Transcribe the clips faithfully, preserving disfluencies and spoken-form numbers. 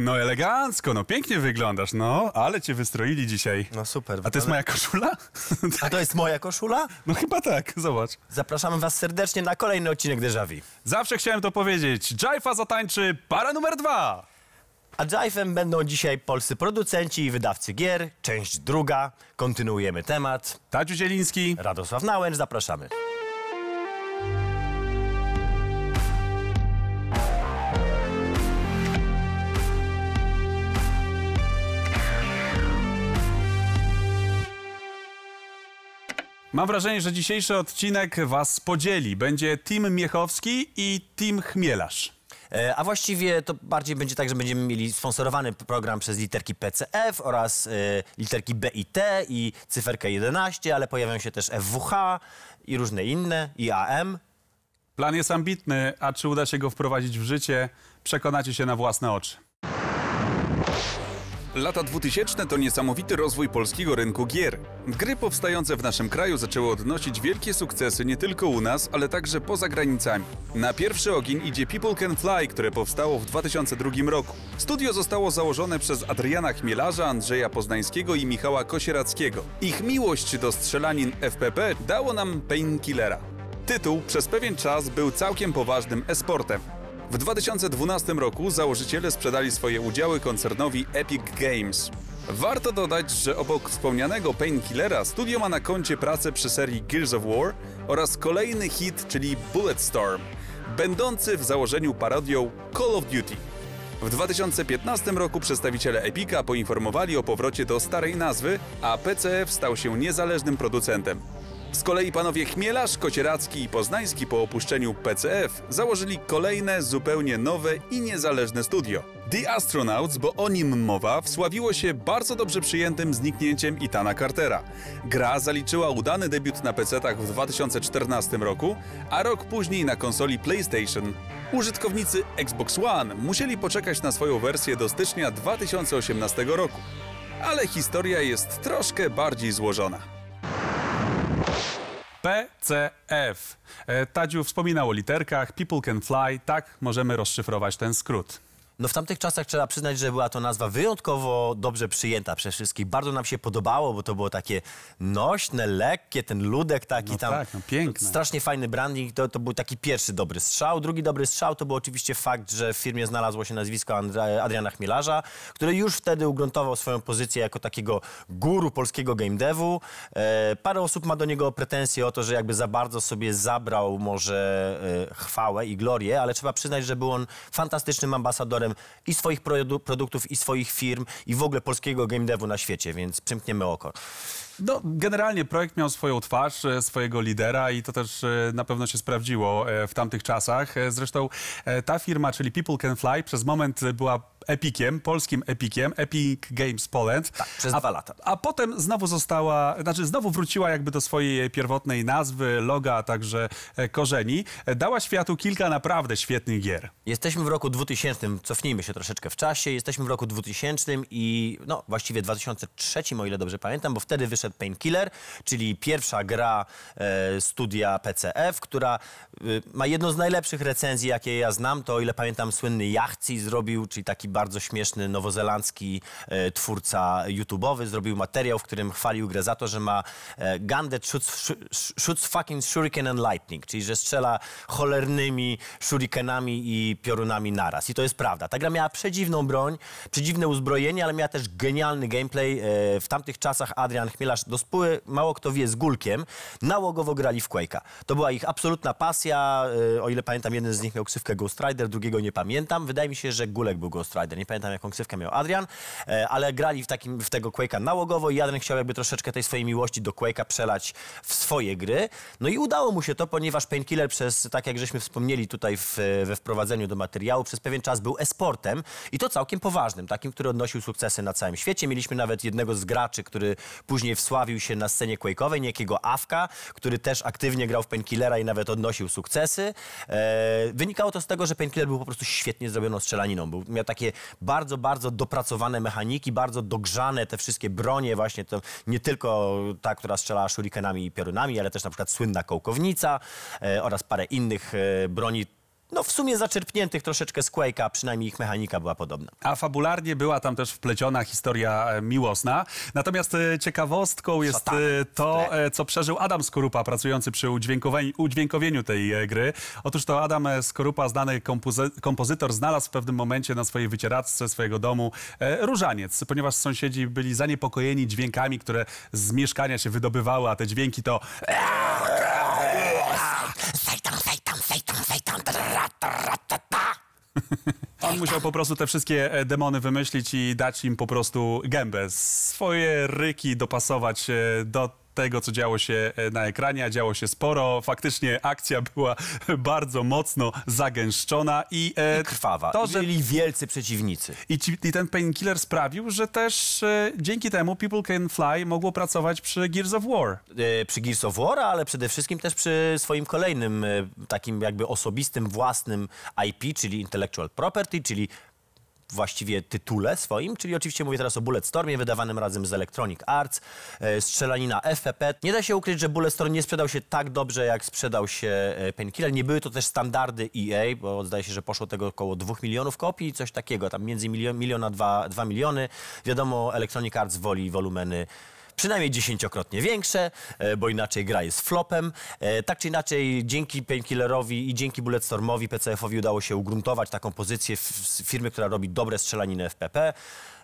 No elegancko, no pięknie wyglądasz, no, ale cię wystroili dzisiaj. No super. A to jest moja koszula? A to jest moja koszula? No chyba tak, zobacz. Zapraszamy was serdecznie na kolejny odcinek Déjà Vu. Zawsze chciałem to powiedzieć. Dżajfa zatańczy para numer dwa. A Dżajfem będą dzisiaj polscy producenci i wydawcy gier. Część druga. Kontynuujemy temat. Tadziu Zieliński. Radosław Nałęcz, zapraszamy. Mam wrażenie, że dzisiejszy odcinek was podzieli. Będzie Team Miechowski i Team Chmielarz. E, a właściwie to bardziej będzie tak, że będziemy mieli sponsorowany program przez literki P C F oraz e, literki B I T i cyferkę jedenaście, ale pojawią się też F W H i różne inne, i A M. Plan jest ambitny, a czy uda się go wprowadzić w życie, przekonacie się na własne oczy. Lata dwutysięczne to niesamowity rozwój polskiego rynku gier. Gry powstające w naszym kraju zaczęły odnosić wielkie sukcesy nie tylko u nas, ale także poza granicami. Na pierwszy ogień idzie People Can Fly, które powstało w dwa tysiące drugim roku. Studio zostało założone przez Adriana Chmielarza, Andrzeja Poznańskiego i Michała Kosierackiego. Ich miłość do strzelanin F P P dało nam Painkillera. Tytuł przez pewien czas był całkiem poważnym e-sportem. W dwa tysiące dwunastym roku założyciele sprzedali swoje udziały koncernowi Epic Games. Warto dodać, że obok wspomnianego Painkillera studio ma na koncie pracę przy serii Gears of War oraz kolejny hit, czyli Bulletstorm, będący w założeniu parodią Call of Duty. W dwa tysiące piętnastym roku przedstawiciele Epica poinformowali o powrocie do starej nazwy, a P C F stał się niezależnym producentem. Z kolei panowie Chmielarz, Kosieracki i Poznański po opuszczeniu P C F założyli kolejne, zupełnie nowe i niezależne studio. The Astronauts, bo o nim mowa, wsławiło się bardzo dobrze przyjętym zniknięciem Ethana Cartera. Gra zaliczyła udany debiut na pecetach w dwa tysiące czternastym roku, a rok później na konsoli PlayStation. Użytkownicy Xbox One musieli poczekać na swoją wersję do stycznia dwa tysiące osiemnastego roku. Ale historia jest troszkę bardziej złożona. P C F. Tadziu wspominał o literkach, People Can Fly, tak możemy rozszyfrować ten skrót. No w tamtych czasach trzeba przyznać, że była to nazwa wyjątkowo dobrze przyjęta przez wszystkich. Bardzo nam się podobało, bo to było takie nośne, lekkie, ten ludek taki no tam. Tak, no piękne. Strasznie fajny branding, to, to był taki pierwszy dobry strzał. Drugi dobry strzał to był oczywiście fakt, że w firmie znalazło się nazwisko Andra, Adriana Chmielarza, który już wtedy ugruntował swoją pozycję jako takiego guru polskiego game devu. E, parę osób ma do niego pretensje o to, że jakby za bardzo sobie zabrał może e, chwałę i glorię, ale trzeba przyznać, że był on fantastycznym ambasadorem i swoich produ produktów, i swoich firm, i w ogóle polskiego game devu na świecie, więc przymkniemy oko. No, generalnie projekt miał swoją twarz, swojego lidera i to też na pewno się sprawdziło w tamtych czasach. Zresztą ta firma, czyli People Can Fly, przez moment była Epiciem, polskim Epiciem, Epic Games Poland. Tak, przez a, dwa lata. A potem znowu została, znaczy znowu wróciła jakby do swojej pierwotnej nazwy, loga, a także korzeni. Dała światu kilka naprawdę świetnych gier. Jesteśmy w roku dwutysięcznym, cofnijmy się troszeczkę w czasie, jesteśmy w roku dwutysięcznym i no właściwie dwa tysiące trzecim, o ile dobrze pamiętam, bo wtedy wyszedł Painkiller, czyli pierwsza gra e, studia P C F, która e, ma jedną z najlepszych recenzji, jakie ja znam, to o ile pamiętam słynny Jachci zrobił, czyli taki bardzo śmieszny nowozelandzki e, twórca YouTube'owy, zrobił materiał, w którym chwalił grę za to, że ma e, gun that shoots, sh shoots fucking shuriken and lightning, czyli że strzela cholernymi shurikenami i piorunami naraz. I to jest prawda. Ta gra miała przedziwną broń, przedziwne uzbrojenie, ale miała też genialny gameplay. E, w tamtych czasach Adrian Chmielarz do spóły, mało kto wie, z Gulkiem, nałogowo grali w Quake'a. To była ich absolutna pasja. E, o ile pamiętam, jeden z nich miał ksywkę Ghost Rider, drugiego nie pamiętam. Wydaje mi się, że Gulek był Ghost Rider. Nie pamiętam, jaką ksywkę miał Adrian, e, ale grali w, takim, w tego Quake'a nałogowo i Adrian chciał jakby troszeczkę tej swojej miłości do Quake'a przelać w swoje gry. No i udało mu się to, ponieważ Painkiller przez, tak jak żeśmy wspomnieli tutaj w, we wprowadzeniu do materiału, przez pewien czas był e-sportem i to całkiem poważnym, takim, który odnosił sukcesy na całym świecie. Mieliśmy nawet jednego z graczy, który później wsławił się na scenie Quake'owej, niejakiego Awka, który też aktywnie grał w Painkillera i nawet odnosił sukcesy. E, wynikało to z tego, że Painkiller był po prostu świetnie zrobioną strzelaniną. Był, miał takie bardzo, bardzo dopracowane mechaniki, bardzo dogrzane te wszystkie bronie, właśnie to nie tylko ta, która strzelała shurikenami i piorunami, ale też na przykład słynna kołkownica e, oraz parę innych e, broni no w sumie zaczerpniętych troszeczkę z Quake'a, przynajmniej ich mechanika była podobna. A fabularnie była tam też wpleciona historia e, miłosna. Natomiast e, ciekawostką jest e, to, e, co przeżył Adam Skorupa, pracujący przy udźwiękowi- udźwiękowieniu tej e, gry. Otóż to Adam Skorupa, znany kompozy- kompozytor, znalazł w pewnym momencie na swojej wycieraczce swojego domu e, różaniec, ponieważ sąsiedzi byli zaniepokojeni dźwiękami, które z mieszkania się wydobywały, a te dźwięki to... On musiał po prostu te wszystkie e, demony wymyślić i dać im po prostu gębę. Swoje ryki dopasować e, do tego, co działo się e, na ekranie, a działo się sporo. Faktycznie akcja była bardzo mocno zagęszczona i, e, I krwawa. To, że... Byli wielcy przeciwnicy. I, ci, I ten Painkiller sprawił, że też e, dzięki temu People Can Fly mogło pracować przy Gears of War. E, przy Gears of War, ale przede wszystkim też przy swoim kolejnym e, takim jakby osobistym, własnym I P, czyli Intellectual Property, czyli właściwie tytule swoim, czyli oczywiście mówię teraz o Bulletstormie, wydawanym razem z Electronic Arts, e, strzelanina F P P. Nie da się ukryć, że Bulletstorm nie sprzedał się tak dobrze, jak sprzedał się e, Painkiller. Nie były to też standardy E A, bo zdaje się, że poszło tego około dwóch milionów kopii, coś takiego, tam między milion, milion a dwa, dwa miliony. Wiadomo, Electronic Arts woli wolumeny przynajmniej dziesięciokrotnie większe, bo inaczej gra jest flopem. Tak czy inaczej, dzięki Painkillerowi i dzięki Bulletstormowi P C F-owi udało się ugruntować taką pozycję firmy, która robi dobre strzelaniny F P P.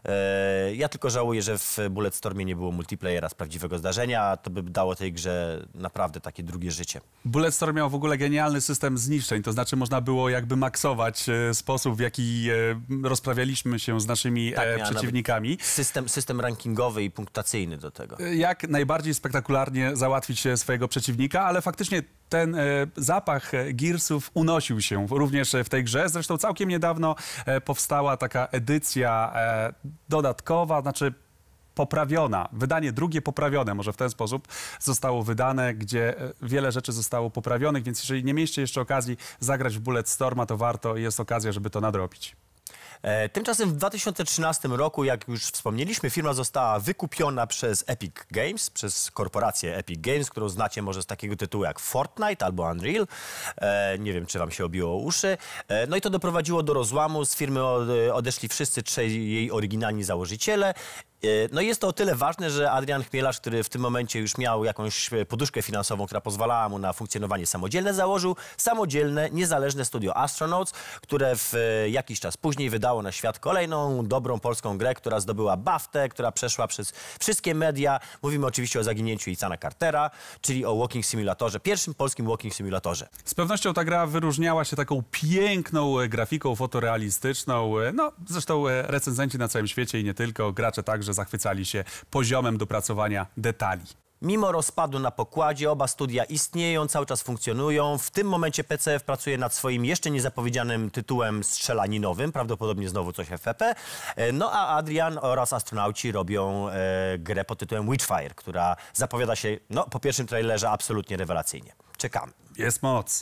Ja tylko żałuję, że w Bulletstormie nie było multiplayera z prawdziwego zdarzenia. To by dało tej grze naprawdę takie drugie życie. Bulletstorm miał w ogóle genialny system zniszczeń, to znaczy można było jakby maksować e, sposób, w jaki e, rozprawialiśmy się z naszymi Tak, e, przeciwnikami. System, system rankingowy i punktacyjny do tego. Jak najbardziej spektakularnie załatwić e, swojego przeciwnika, ale faktycznie ten e, zapach e, Gearsów unosił się również e, w tej grze. Zresztą całkiem niedawno e, powstała taka edycja e, dodatkowa, znaczy poprawiona, wydanie drugie poprawione, może w ten sposób zostało wydane, gdzie e, wiele rzeczy zostało poprawionych, więc jeżeli nie mieliście jeszcze okazji zagrać w Bulletstorma, to warto i jest okazja, żeby to nadrobić. E, tymczasem w dwa tysiące trzynastym roku, jak już wspomnieliśmy, firma została wykupiona przez Epic Games, przez korporację Epic Games, którą znacie może z takiego tytułu jak Fortnite albo Unreal. E, nie wiem, czy wam się obiło uszy. E, no i to doprowadziło do rozłamu. Z firmy odeszli wszyscy trzej jej oryginalni założyciele. No i jest to o tyle ważne, że Adrian Chmielarz, który w tym momencie już miał jakąś poduszkę finansową, która pozwalała mu na funkcjonowanie samodzielne, założył samodzielne, niezależne studio Astronauts, które w jakiś czas później wydało na świat kolejną dobrą polską grę, która zdobyła BAFTę, która przeszła przez wszystkie media. Mówimy oczywiście o zaginięciu Ethana Cartera, czyli o walking simulatorze, pierwszym polskim walking simulatorze. Z pewnością ta gra wyróżniała się taką piękną grafiką fotorealistyczną. No, zresztą recenzenci na całym świecie i nie tylko, gracze także zachwycali się poziomem dopracowania detali. Mimo rozpadu na pokładzie oba studia istnieją, cały czas funkcjonują. W tym momencie P C F pracuje nad swoim jeszcze niezapowiedzianym tytułem strzelaninowym, prawdopodobnie znowu coś F P P. No a Adrian oraz astronauci robią e, grę pod tytułem Witchfire, która zapowiada się no, po pierwszym trailerze absolutnie rewelacyjnie. Czekamy. Jest moc.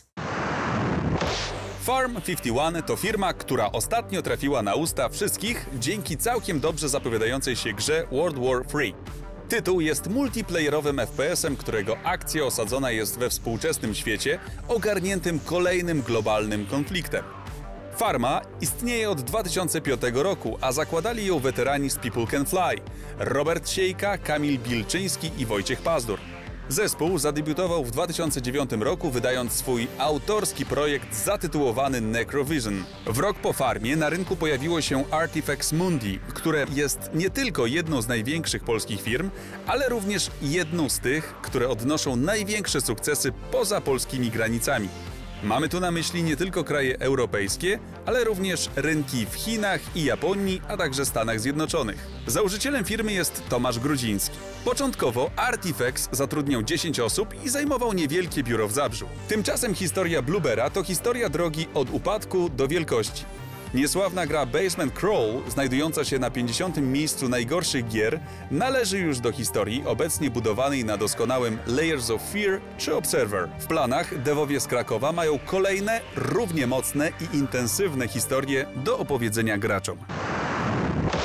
Farm pięćdziesiąt jeden to firma, która ostatnio trafiła na usta wszystkich dzięki całkiem dobrze zapowiadającej się grze World War trzy. Tytuł jest multiplayerowym F P S-em, którego akcja osadzona jest we współczesnym świecie ogarniętym kolejnym globalnym konfliktem. Farma istnieje od dwa tysiące piątego roku, a zakładali ją weterani z People Can Fly – Robert Siejka, Kamil Bilczyński i Wojciech Pazdur. Zespół zadebiutował w dwa tysiące dziewiątym roku, wydając swój autorski projekt zatytułowany Necrovision. W rok po Farmie na rynku pojawiło się Artifex Mundi, które jest nie tylko jedną z największych polskich firm, ale również jedną z tych, które odnoszą największe sukcesy poza polskimi granicami. Mamy tu na myśli nie tylko kraje europejskie, ale również rynki w Chinach i Japonii, a także Stanach Zjednoczonych. Założycielem firmy jest Tomasz Grudziński. Początkowo Artifex zatrudniał dziesięć osób i zajmował niewielkie biuro w Zabrzu. Tymczasem historia Bluebera to historia drogi od upadku do wielkości. Niesławna gra Basement Crawl, znajdująca się na pięćdziesiątym miejscu najgorszych gier, należy już do historii obecnie budowanej na doskonałym Layers of Fear czy Observer. W planach devowie z Krakowa mają kolejne, równie mocne i intensywne historie do opowiedzenia graczom.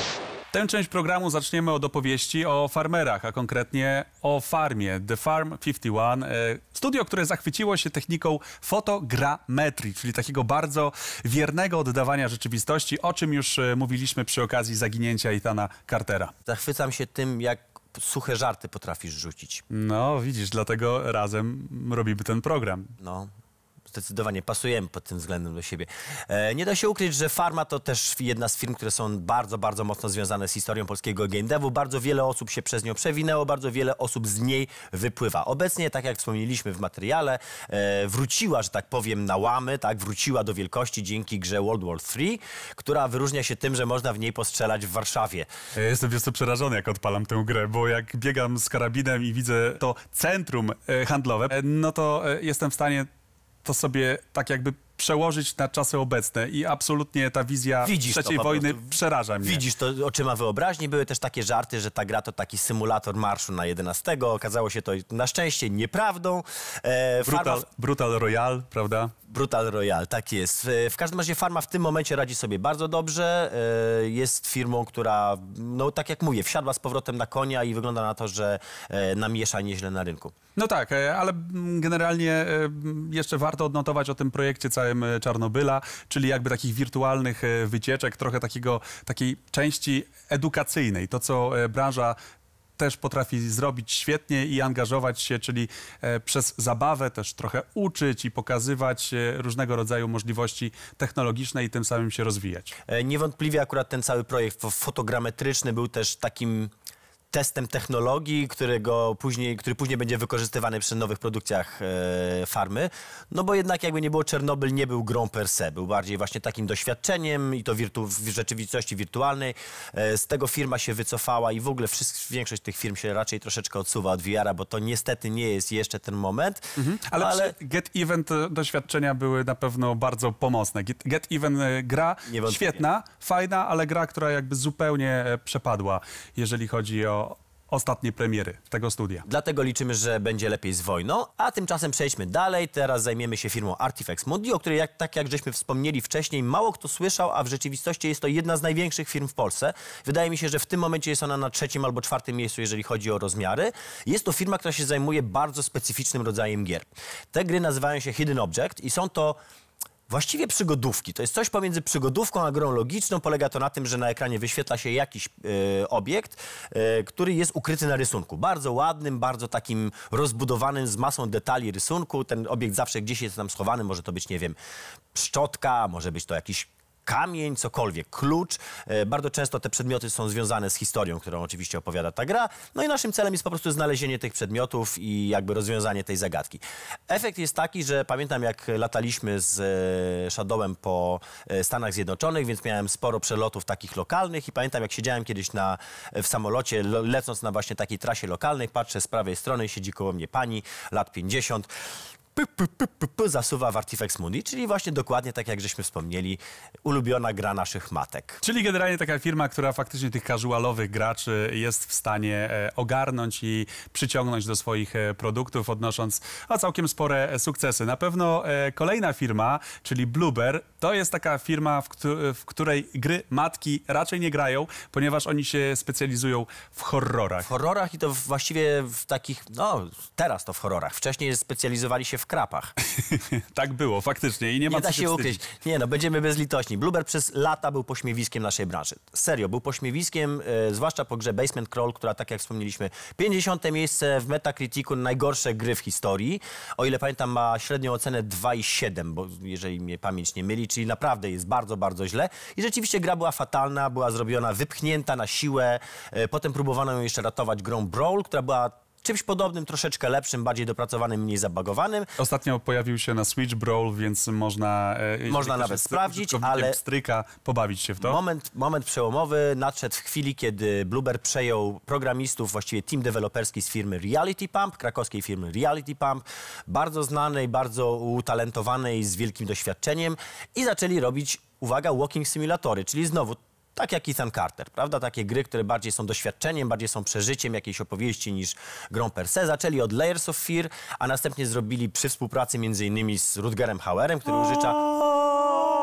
Tę część programu zaczniemy od opowieści o farmerach, a konkretnie o farmie The Farm pięćdziesiąt jeden. e, Studio, które zachwyciło się techniką fotogrametrii, czyli takiego bardzo wiernego oddawania rzeczywistości, o czym już e, mówiliśmy przy okazji zaginięcia Ethana Cartera. Zachwycam się tym, jak suche żarty potrafisz rzucić. No, widzisz, dlatego razem robimy ten program. No, zdecydowanie pasujemy pod tym względem do siebie. E, nie da się ukryć, że Farma to też jedna z firm, które są bardzo, bardzo mocno związane z historią polskiego game devu. Bardzo wiele osób się przez nią przewinęło, bardzo wiele osób z niej wypływa. Obecnie, tak jak wspomnieliśmy w materiale, e, wróciła, że tak powiem, na łamy, tak, wróciła do wielkości dzięki grze World War trzy, która wyróżnia się tym, że można w niej postrzelać w Warszawie. Ja jestem wiesz co, przerażony, jak odpalam tę grę, bo jak biegam z karabinem i widzę to centrum e, handlowe, e, no to e, jestem w stanie to sobie tak jakby przełożyć na czasy obecne i absolutnie ta wizja Widzisz to trzeciej po wojny prostu. przeraża mnie. Widzisz to oczyma wyobraźni. Były też takie żarty, że ta gra to taki symulator marszu na jedenastego. Okazało się to na szczęście nieprawdą. E, Brutal, Farma... Brutal Royale, prawda? Brutal Royale, tak jest. W, w każdym razie Farma w tym momencie radzi sobie bardzo dobrze. E, jest firmą, która, no tak jak mówię, wsiadła z powrotem na konia i wygląda na to, że e, namiesza nieźle na rynku. No tak, e, ale mm, generalnie e, mm, jeszcze warto odnotować o tym projekcie całym e, Czarnobyla, czyli jakby takich wirtualnych e, wycieczek, trochę takiego, takiej części edukacyjnej. To, co e, branża też potrafi zrobić świetnie i angażować się, czyli e, przez zabawę też trochę uczyć i pokazywać e, różnego rodzaju możliwości technologiczne i tym samym się rozwijać. E, niewątpliwie akurat ten cały projekt fo- fotogrametryczny był też takim testem technologii, którego później, który później będzie wykorzystywany przy nowych produkcjach e, Farmy. No bo jednak jakby nie było, Czernobyl nie był grą per se. Był bardziej właśnie takim doświadczeniem i to wirtu w rzeczywistości wirtualnej. E, z tego firma się wycofała i w ogóle wszystk- większość tych firm się raczej troszeczkę odsuwa od V R-a, bo to niestety nie jest jeszcze ten moment. Mhm. Ale, ale... przy Get Even te doświadczenia były na pewno bardzo pomocne. Get, Get Even e, gra Niewątpliwie. świetna, fajna, ale gra, która jakby zupełnie e, przepadła, jeżeli chodzi o ostatnie premiery tego studia. Dlatego liczymy, że będzie lepiej z wojną, a tymczasem przejdźmy dalej. Teraz zajmiemy się firmą Artifex Mundi, o której, jak, tak jak żeśmy wspomnieli wcześniej, mało kto słyszał, a w rzeczywistości jest to jedna z największych firm w Polsce. Wydaje mi się, że w tym momencie jest ona na trzecim albo czwartym miejscu, jeżeli chodzi o rozmiary. Jest to firma, która się zajmuje bardzo specyficznym rodzajem gier. Te gry nazywają się Hidden Object i są to właściwie przygodówki. To jest coś pomiędzy przygodówką a grą logiczną. Polega to na tym, że na ekranie wyświetla się jakiś e, obiekt, e, który jest ukryty na rysunku. Bardzo ładnym, bardzo takim rozbudowanym, z masą detali rysunku. Ten obiekt zawsze gdzieś jest tam schowany. Może to być, nie wiem, szczotka, może być to jakiś kamień, cokolwiek, klucz. E, bardzo często te przedmioty są związane z historią, którą oczywiście opowiada ta gra. No i naszym celem jest po prostu znalezienie tych przedmiotów i jakby rozwiązanie tej zagadki. Efekt jest taki, że pamiętam, jak lataliśmy z e, Shadowem po e, Stanach Zjednoczonych, więc miałem sporo przelotów takich lokalnych i pamiętam, jak siedziałem kiedyś na, w samolocie, lo, lecąc na właśnie takiej trasie lokalnej, patrzę z prawej strony, siedzi koło mnie pani, lat pięćdziesiąt, P, p, p, p, p, zasuwa w Artifex Mundi, czyli właśnie dokładnie tak, jak żeśmy wspomnieli, ulubiona gra naszych matek. Czyli generalnie taka firma, która faktycznie tych casualowych graczy jest w stanie e, ogarnąć i przyciągnąć do swoich e, produktów, odnosząc o, całkiem spore e, sukcesy. Na pewno e, kolejna firma, czyli Bloober, to jest taka firma, w, któ- w której gry matki raczej nie grają, ponieważ oni się specjalizują w horrorach. W horrorach i to właściwie w takich, no teraz to w horrorach. Wcześniej specjalizowali się w krapach. Tak było, faktycznie. I nie ma Nie da co się ukryć. wstydzić. Nie no, będziemy bezlitośni. Bloober przez lata był pośmiewiskiem naszej branży. Serio, był pośmiewiskiem, e, zwłaszcza po grze Basement Crawl, która, tak jak wspomnieliśmy, pięćdziesiąte miejsce w Metacriticu, najgorsze gry w historii. O ile pamiętam, ma średnią ocenę dwa i siedem, bo jeżeli mnie pamięć nie myli, czyli naprawdę jest bardzo, bardzo źle. I rzeczywiście gra była fatalna, była zrobiona, wypchnięta na siłę. E, potem próbowano ją jeszcze ratować grą Brawl, która była czymś podobnym, troszeczkę lepszym, bardziej dopracowanym, mniej zabagowanym. Ostatnio pojawił się na Switch Brawl, więc można, e, jeżeli Można ktoś nawet jest sprawdzić, użytkownikiem ale- pstryka, pobawić się w to. Moment, moment przełomowy nadszedł w chwili, kiedy Bloober przejął programistów, właściwie team deweloperski z firmy Reality Pump, krakowskiej firmy Reality Pump, bardzo znanej, bardzo utalentowanej, z wielkim doświadczeniem i zaczęli robić, uwaga, walking simulatory, czyli znowu tak jak Ethan Carter, prawda? Takie gry, które bardziej są doświadczeniem, bardziej są przeżyciem jakiejś opowieści niż grą per se. Zaczęli od Layers of Fear, a następnie zrobili przy współpracy między innymi z Rutgerem Hauerem, który użycza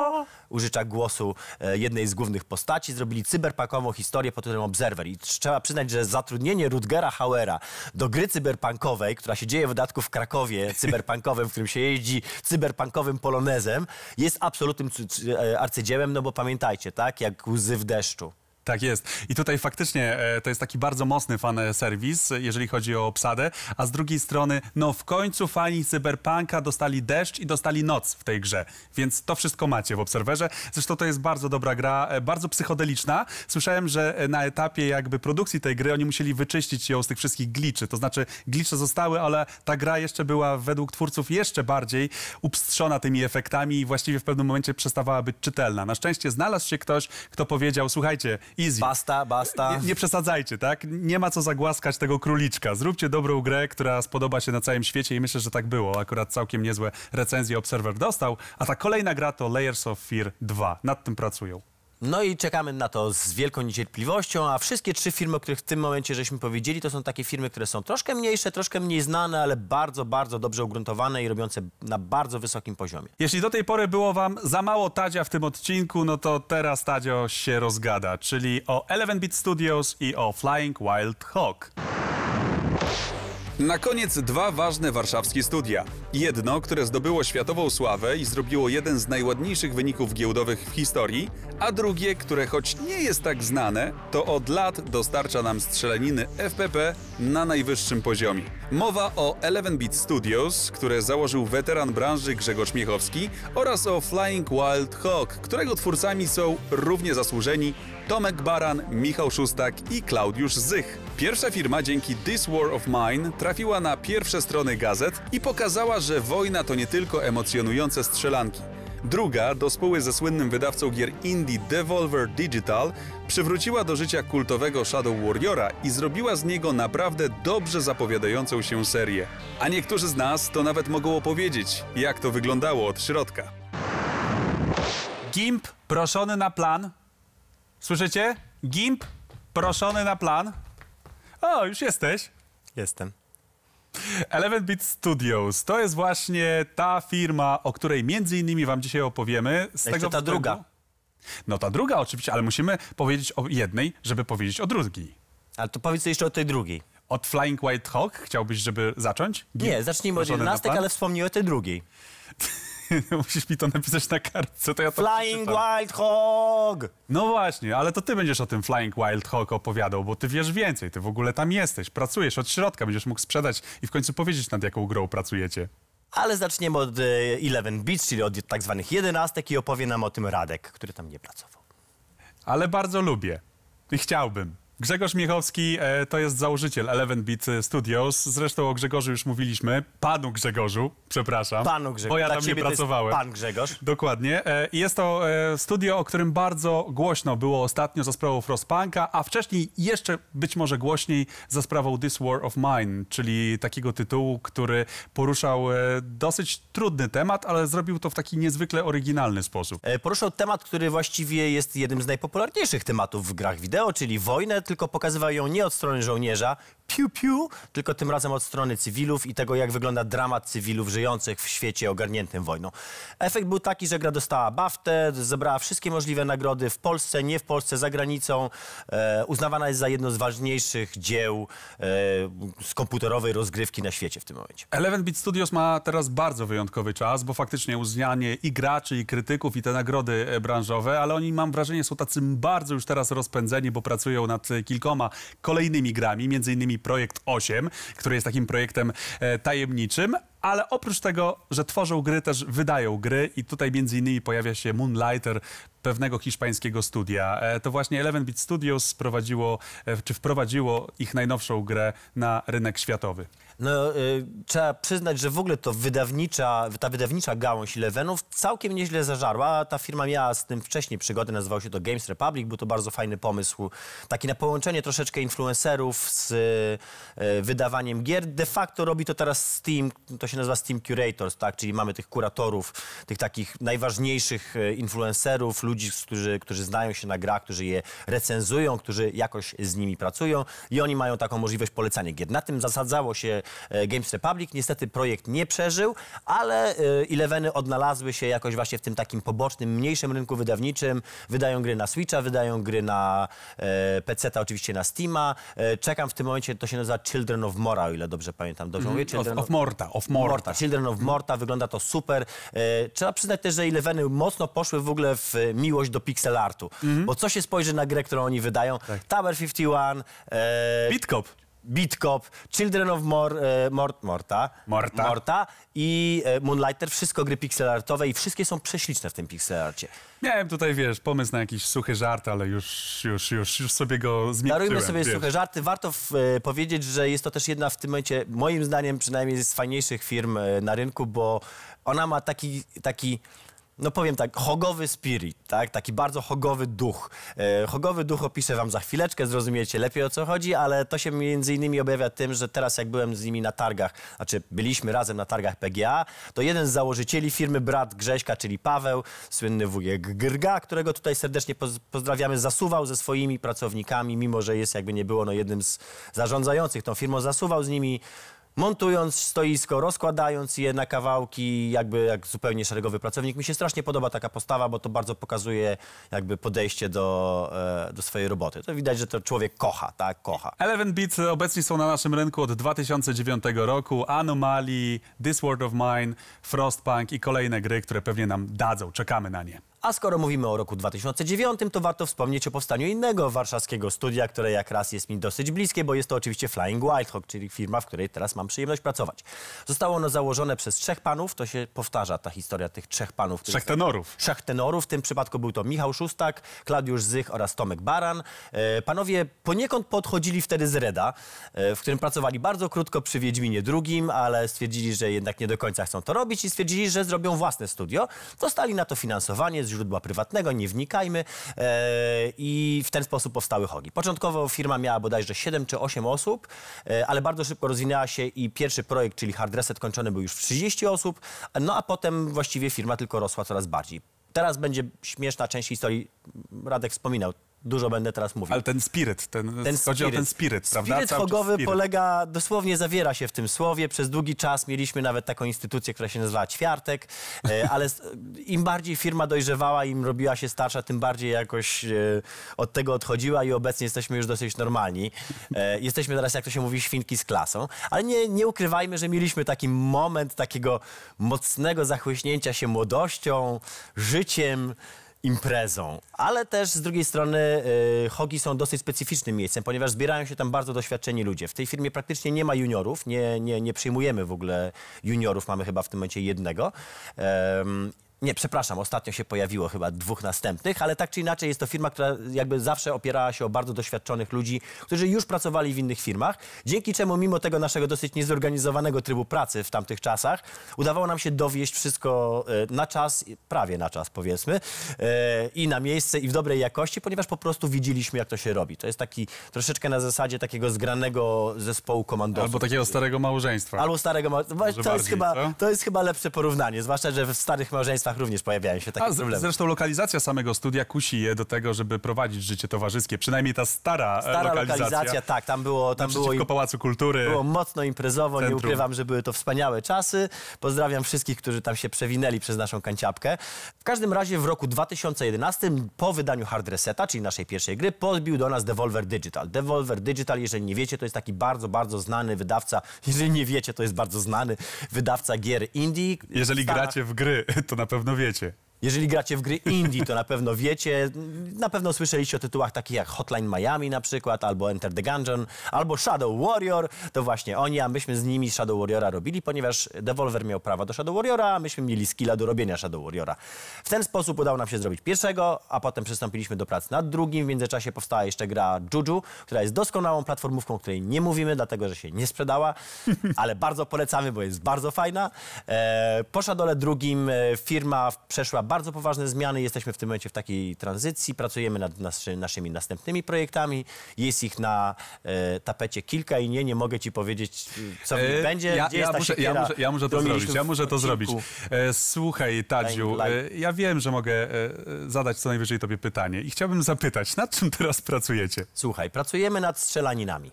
użycza głosu e, jednej z głównych postaci. Zrobili cyberpunkową historię pod tytułem Observer. I trzeba przyznać, że zatrudnienie Rutgera Hauera do gry cyberpunkowej, która się dzieje w dodatku w Krakowie cyberpunkowym, w którym się jeździ cyberpunkowym polonezem, jest absolutnym arcydziełem, no bo pamiętajcie, tak, jak łzy w deszczu. Tak jest. I tutaj faktycznie e, to jest taki bardzo mocny fan serwis, jeżeli chodzi o obsadę, a z drugiej strony, no w końcu fani Cyberpunka dostali deszcz i dostali noc w tej grze, więc to wszystko macie w Obserwerze. Zresztą to jest bardzo dobra gra, e, bardzo psychodeliczna. Słyszałem, że na etapie jakby produkcji tej gry oni musieli wyczyścić ją z tych wszystkich glitchy, to znaczy glitche zostały, ale ta gra jeszcze była według twórców jeszcze bardziej upstrzona tymi efektami i właściwie w pewnym momencie przestawała być czytelna. Na szczęście znalazł się ktoś, kto powiedział, słuchajcie, easy. Basta, basta. Nie, nie przesadzajcie, tak? Nie ma co zagłaskać tego króliczka. Zróbcie dobrą grę, która spodoba się na całym świecie i myślę, że tak było. Akurat całkiem niezłe recenzje Observer dostał. A ta kolejna gra to Layers of Fear dwa. Nad tym pracują. No i czekamy na to z wielką niecierpliwością, a wszystkie trzy firmy, o których w tym momencie żeśmy powiedzieli, to są takie firmy, które są troszkę mniejsze, troszkę mniej znane, ale bardzo, bardzo dobrze ugruntowane i robiące na bardzo wysokim poziomie. Jeśli do tej pory było wam za mało Tadzia w tym odcinku, no to teraz Tadzio się rozgada, czyli o Eleven Bit Studios i o Flying Wild Hog. Na koniec dwa ważne warszawskie studia. Jedno, które zdobyło światową sławę i zrobiło jeden z najładniejszych wyników giełdowych w historii, a drugie, które choć nie jest tak znane, to od lat dostarcza nam strzelaniny F P P na najwyższym poziomie. Mowa o Eleven Bit Studios, które założył weteran branży Grzegorz Miechowski, oraz o Flying Wild Hog, którego twórcami są równie zasłużeni Tomek Baran, Michał Szustak i Klaudiusz Zych. Pierwsza firma dzięki This War of Mine trafiła na pierwsze strony gazet i pokazała, że wojna to nie tylko emocjonujące strzelanki. Druga, do spóły ze słynnym wydawcą gier indie Devolver Digital, przywróciła do życia kultowego Shadow Warriora i zrobiła z niego naprawdę dobrze zapowiadającą się serię. A niektórzy z nas to nawet mogą opowiedzieć, jak to wyglądało od środka. Gimp proszony na plan. Słyszycie? Gimp proszony na plan. O, już jesteś. Jestem. Eleven Bit Studios to jest właśnie ta firma, o której między innymi wam dzisiaj opowiemy. Z Jeszcze tego ta względu- druga. No ta druga oczywiście, ale musimy powiedzieć o jednej, żeby powiedzieć o drugiej. Ale to powiedz jeszcze o tej drugiej. Od Flying Wild Hog chciałbyś, żeby zacząć? Gimp Nie, zacznijmy od proszony na jedenastek, plan? ale wspomnij o tej drugiej. Musisz mi to napisać na kartce, to ja to Flying przeczytam. Wild Hog! No właśnie, ale to ty będziesz o tym Flying Wild Hog opowiadał, bo ty wiesz więcej, ty w ogóle tam jesteś, pracujesz od środka, będziesz mógł sprzedać i w końcu powiedzieć, nad jaką grą pracujecie. Ale zaczniemy od e, Eleven Bits, czyli od tak zwanych jedenastek i opowie nam o tym Radek, który tam nie pracował. Ale bardzo lubię i chciałbym. Grzegorz Miechowski e, to jest założyciel Eleven Bit Studios. Zresztą o Grzegorzu już mówiliśmy. Panu Grzegorzu, przepraszam. Panu Grzegorz. Bo ja Dla tam nie ciebie to jest pracowałem. pan Grzegorz. Dokładnie. E, I jest to e, studio, o którym bardzo głośno było ostatnio za sprawą Frostpunka, a wcześniej jeszcze być może głośniej za sprawą This War of Mine, czyli takiego tytułu, który poruszał e, dosyć trudny temat, ale zrobił to w taki niezwykle oryginalny sposób. E, Poruszał temat, który właściwie jest jednym z najpopularniejszych tematów w grach wideo, czyli wojnę, tylko pokazywał ją nie od strony żołnierza, piu piu, tylko tym razem od strony cywilów i tego, jak wygląda dramat cywilów żyjących w świecie ogarniętym wojną. Efekt był taki, że gra dostała baftę, zebrała wszystkie możliwe nagrody w Polsce, nie w Polsce, za granicą. E, uznawana jest za jedno z ważniejszych dzieł e, z komputerowej rozgrywki na świecie w tym momencie. Eleven Bit Studios ma teraz bardzo wyjątkowy czas, bo faktycznie uznanie i graczy, i krytyków, i te nagrody e, branżowe, ale oni, mam wrażenie, są tacy bardzo już teraz rozpędzeni, bo pracują nad e, kilkoma kolejnymi grami, między innymi Projekt osiem, który jest takim projektem e, tajemniczym, ale oprócz tego, że tworzą gry, też wydają gry i tutaj między innymi pojawia się Moonlighter, pewnego hiszpańskiego studia. E, to właśnie Eleven Bit Studios sprowadziło, e, czy wprowadziło ich najnowszą grę na rynek światowy. No, y, trzeba przyznać, że w ogóle to wydawnicza, ta wydawnicza gałąź Elevenów całkiem nieźle zażarła. Ta firma miała z tym wcześniej przygody, nazywał się to Games Republic. Był to bardzo fajny pomysł, taki na połączenie troszeczkę influencerów z y, wydawaniem gier. De facto robi to teraz Steam, to się nazywa Steam Curators, tak? Czyli mamy tych kuratorów, tych takich najważniejszych influencerów, ludzi, ludzi, którzy, którzy znają się na grach, którzy je recenzują, którzy jakoś z nimi pracują i oni mają taką możliwość polecania gier. Na tym zasadzało się Games Republic. Niestety projekt nie przeżył, ale Eleveny odnalazły się jakoś właśnie w tym takim pobocznym, mniejszym rynku wydawniczym. Wydają gry na Switcha, wydają gry na e, peceta, oczywiście na Steama. E, czekam w tym momencie, to się nazywa Children of Mora, o ile dobrze pamiętam. Dobrze mówię? Of, of Morta, of Morta. Morta. Children of Morta, wygląda to super. E, trzeba przyznać też, że Eleveny mocno poszły w ogóle w miłość do pixel artu. Mm-hmm. Bo co się spojrzy na grę, którą oni wydają? Tak. Tower pięćdziesiąt jeden, e, Beat Cop. Beat Cop, Children of Mor, e, Mort, Morta, Morta. Morta i e, Moonlighter, wszystko gry pixelartowe i wszystkie są prześliczne w tym pixelarcie. Miałem tutaj, wiesz, pomysł na jakiś suchy żart, ale już, już, już, już sobie go zmieniłem. Darujmy sobie wiesz. suche żarty. Warto w, e, powiedzieć, że jest to też jedna w tym momencie, moim zdaniem przynajmniej z fajniejszych firm e, na rynku, bo ona ma taki, taki no powiem tak, hogowy spirit, tak? Taki bardzo hogowy duch. E, hogowy duch opiszę wam za chwileczkę, zrozumiecie lepiej o co chodzi, ale to się między innymi objawia tym, że teraz jak byłem z nimi na targach, znaczy byliśmy razem na targach P G A, to jeden z założycieli firmy, brat Grześka, czyli Paweł, słynny wujek Grga, którego tutaj serdecznie poz pozdrawiamy, zasuwał ze swoimi pracownikami, mimo że jest jakby nie było no, jednym z zarządzających tą firmą, zasuwał z nimi, montując stoisko, rozkładając je na kawałki, jakby jak zupełnie szeregowy pracownik. Mi się strasznie podoba taka postawa, bo to bardzo pokazuje jakby podejście do, e, do swojej roboty. To widać, że to człowiek kocha, tak? Kocha. Eleven Bit obecni są na naszym rynku od dwa tysiące dziewiątego roku. Anomaly, This World of Mine, Frostpunk i kolejne gry, które pewnie nam dadzą. Czekamy na nie. A skoro mówimy o roku dwa tysiące dziewiątym, to warto wspomnieć o powstaniu innego warszawskiego studia, które jak raz jest mi dosyć bliskie, bo jest to oczywiście Flying Wild Hog, czyli firma, w której teraz mam przyjemność pracować. Zostało ono założone przez trzech panów, to się powtarza ta historia tych trzech panów. Trzech tenorów. Trzech tenorów, w tym przypadku był to Michał Szustak, Klaudiusz Zych oraz Tomek Baran. E, panowie poniekąd podchodzili wtedy z Reda, e, w którym pracowali bardzo krótko przy Wiedźminie drugim, ale stwierdzili, że jednak nie do końca chcą to robić i stwierdzili, że zrobią własne studio. Dostali na to finansowanie z źródła prywatnego, nie wnikajmy, e, i w ten sposób powstały Hogi. Początkowo firma miała bodajże siedem czy osiem osób, e, ale bardzo szybko rozwinęła się i pierwszy projekt, czyli Hard Reset, kończony był już w trzydzieści osób, no a potem właściwie firma tylko rosła coraz bardziej. Teraz będzie śmieszna część historii, Radek wspominał. Dużo będę teraz mówił. Ale ten spiryt, ten, ten chodzi spiryt. o ten spiryt, prawda? Spiryt Cały hogowy spiryt. polega, dosłownie zawiera się w tym słowie. Przez długi czas mieliśmy nawet taką instytucję, która się nazywała Ćwiartek, e, ale im bardziej firma dojrzewała, im robiła się starsza, tym bardziej jakoś e, od tego odchodziła i obecnie jesteśmy już dosyć normalni. E, jesteśmy teraz, jak to się mówi, świnki z klasą, ale nie, nie ukrywajmy, że mieliśmy taki moment takiego mocnego zachłyśnięcia się młodością, życiem, imprezą. Ale też z drugiej strony y, Hogi są dosyć specyficznym miejscem, ponieważ zbierają się tam bardzo doświadczeni ludzie. W tej firmie praktycznie nie ma juniorów, nie, nie, nie przyjmujemy w ogóle juniorów, mamy chyba w tym momencie jednego. Um, Nie, przepraszam, ostatnio się pojawiło chyba dwóch następnych, ale tak czy inaczej jest to firma, która jakby zawsze opierała się o bardzo doświadczonych ludzi, którzy już pracowali w innych firmach, dzięki czemu mimo tego naszego dosyć niezorganizowanego trybu pracy w tamtych czasach udawało nam się dowieść wszystko na czas, prawie na czas powiedzmy, i na miejsce i w dobrej jakości, ponieważ po prostu widzieliśmy, jak to się robi. To jest taki troszeczkę na zasadzie takiego zgranego zespołu komandosów. Albo takiego starego małżeństwa. Albo starego małżeństwa. To, bardziej, jest chyba, co? to jest chyba lepsze porównanie, zwłaszcza, że w starych małżeństwach również pojawiają się takie A z, problemy. zresztą lokalizacja samego studia kusi je do tego, żeby prowadzić życie towarzyskie. Przynajmniej ta stara, Stara lokalizacja. lokalizacja, tak, tam było, tam było, Naprzeciwko im, Pałacu Kultury. było mocno imprezowo, Centrum. nie ukrywam, że były to wspaniałe czasy. Pozdrawiam wszystkich, którzy tam się przewinęli przez naszą kanciapkę. W każdym razie w roku dwa tysiące jedenastym, po wydaniu Hard Reseta, czyli naszej pierwszej gry, podbił do nas Devolver Digital. Devolver Digital, jeżeli nie wiecie, to jest taki bardzo, bardzo znany wydawca, jeżeli nie wiecie, to jest bardzo znany wydawca gier indie. Jeżeli w Stanach. gracie w gry, to na pewno wiecie. Jeżeli gracie w gry indie, to na pewno wiecie. Na pewno słyszeliście o tytułach takich jak Hotline Miami na przykład, albo Enter the Gungeon, albo Shadow Warrior. To właśnie oni, a myśmy z nimi Shadow Warriora robili, ponieważ Devolver miał prawa do Shadow Warriora, a myśmy mieli skilla do robienia Shadow Warriora. W ten sposób udało nam się zrobić pierwszego, a potem przystąpiliśmy do pracy nad drugim. W międzyczasie powstała jeszcze gra Juju, która jest doskonałą platformówką, o której nie mówimy, dlatego że się nie sprzedała, ale bardzo polecamy, bo jest bardzo fajna. E, po Shadowle drugim e, firma przeszła bardzo poważne zmiany. Jesteśmy w tym momencie w takiej tranzycji. Pracujemy nad naszy, naszymi następnymi projektami. Jest ich na e, tapecie kilka i nie, nie mogę ci powiedzieć, co w nich E, będzie. Ja, Gdzie ja, jest ta muszę, ja, siekiera, muszę, ja muszę to którą zrobić, mieliśmy ja w muszę to zrobić. odcinku. E, słuchaj, Tadziu, Dying Light. e, ja wiem, że mogę e, e, zadać co najwyżej tobie pytanie i chciałbym zapytać, nad czym teraz pracujecie? Słuchaj, pracujemy nad strzelaninami.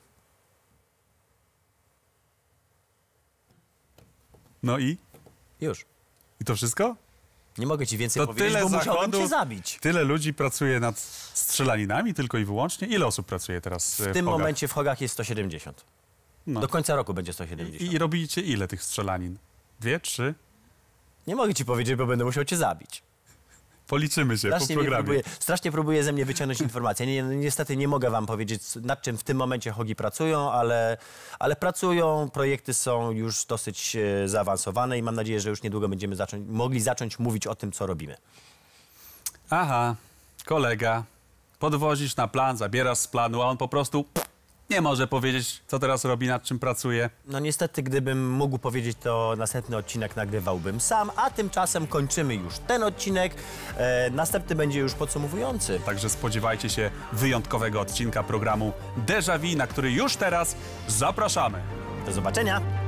No i? Już. I to wszystko? Nie mogę ci więcej To powiedzieć, tyle bo musiałbym zachodu, cię zabić. tyle ludzi pracuje nad strzelaninami tylko i wyłącznie? Ile osób pracuje teraz e, W tym Hogach? momencie w Hogach jest sto siedemdziesiąt. No. Do końca roku będzie sto siedemdziesiąt. I, I robicie ile tych strzelanin? Dwie, trzy? Nie mogę ci powiedzieć, bo będę musiał cię zabić. Policzymy się po Strasznie, mnie programie. próbuje, strasznie próbuje ze mnie wyciągnąć informacje. Nie, niestety nie mogę wam powiedzieć, nad czym w tym momencie Hogi pracują, ale, ale pracują, projekty są już dosyć e, zaawansowane i mam nadzieję, że już niedługo będziemy zacząć, mogli zacząć mówić o tym, co robimy. Aha, kolega, podwozisz na plan, zabierasz z planu, a on po prostu nie może powiedzieć, co teraz robi, nad czym pracuje. No niestety, gdybym mógł powiedzieć, to następny odcinek nagrywałbym sam, a tymczasem kończymy już ten odcinek. E, następny będzie już podsumowujący. Także spodziewajcie się wyjątkowego odcinka programu Déjà Vu, na który już teraz zapraszamy. Do zobaczenia!